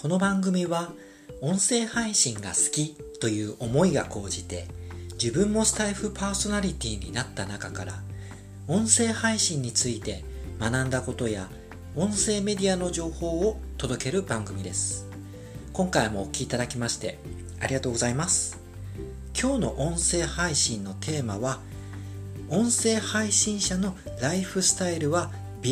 この番組は音声配信が好きという思いが高じて自分もスタイフパーソナリティになった中から音声配信について学んだことや音声メディアの情報を届ける番組です。今回もお聞きいただきましてありがとうございます。今日の音声配信のテーマは音声配信者のライフスタイルは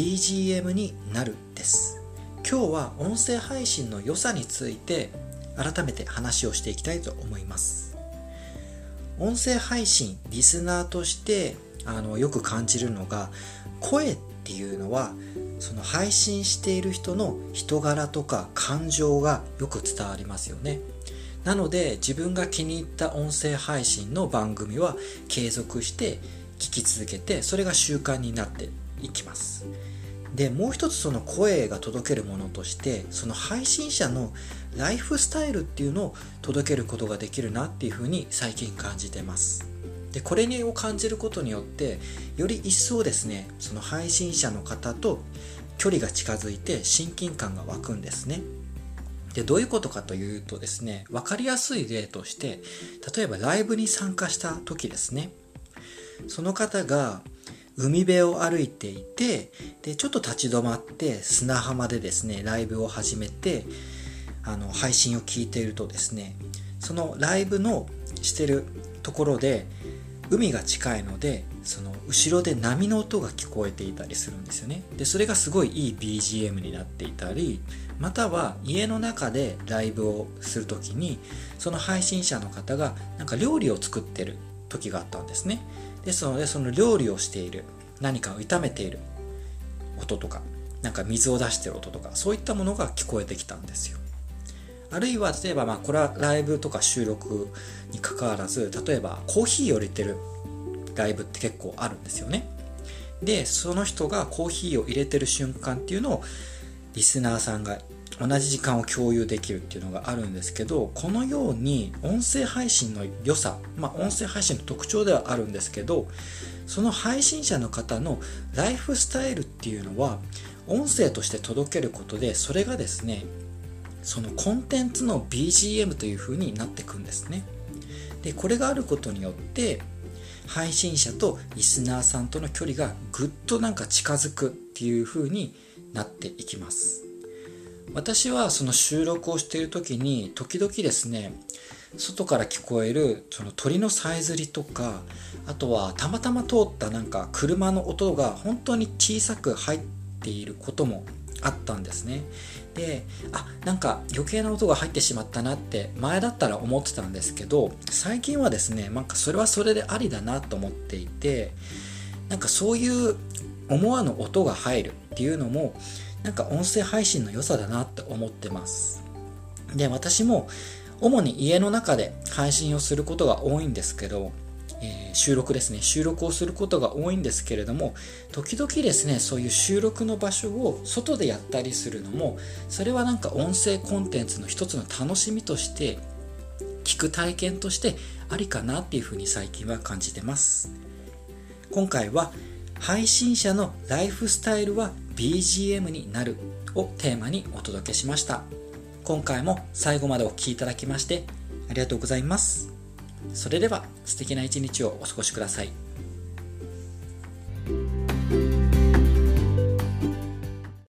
BGM になるです。今日は音声配信の良さについて改めて話をしていきたいと思います。音声配信リスナーとしてよく感じるのが、声っていうのはその配信している人の人柄とか感情がよく伝わりますよね。なので自分が気に入った音声配信の番組は継続して聞き続けて、それが習慣になっていきます。で、もう一つその声が届けるものとして、その配信者のライフスタイルっていうのを届けることができるなっていうふうに最近感じてます。で、これを感じることによってより一層ですね、その配信者の方と距離が近づいて親近感が湧くんですね。で、どういうことかというとですね、分かりやすい例として、例えばライブに参加した時ですね、その方が海辺を歩いていて、でちょっと立ち止まって砂浜でですねライブを始めて配信を聞いているとですね、そのライブのしてるところで海が近いので、その後ろで波の音が聞こえていたりするんですよね。でそれがすごいいい BGM になっていたり、または家の中でライブをするときにその配信者の方がなんか料理を作ってる時があったんですね。ですのでその料理をしている、何かを炒めている音とか、なんか水を出している音とか、そういったものが聞こえてきたんですよ。あるいは例えばこれはライブとか収録に関わらず、例えばコーヒーを入れてるライブって結構あるんですよね。でその人がコーヒーを入れてる瞬間っていうのをリスナーさんが同じ時間を共有できるっていうのがあるんですけど、このように音声配信の良さ、音声配信の特徴ではあるんですけど、その配信者の方のライフスタイルっていうのは音声として届けることで、それがですねそのコンテンツの BGM という風になっていくんですね。でこれがあることによって配信者とリスナーさんとの距離がぐっと近づくっていう風になっていきます。私はその収録をしている時に時々ですね、外から聞こえるその鳥のさえずりとか、あとはたまたま通った車の音が本当に小さく入っていることもあったんですね。で、余計な音が入ってしまったなって前だったら思ってたんですけど、最近はですねそれはそれでありだなと思っていて、そういう思わぬ音が入るっていうのも音声配信の良さだなって思ってます。で、私も主に家の中で配信をすることが多いんですけど、収録をすることが多いんですけれども、時々ですねそういう収録の場所を外でやったりするのも、それは音声コンテンツの一つの楽しみとして、聞く体験としてありかなっていうふうに最近は感じてます。今回は配信者のライフスタイルは BGM になるをテーマにお届けしました。今回も最後までお聞きいただきましてありがとうございます。それでは素敵な一日をお過ごしください。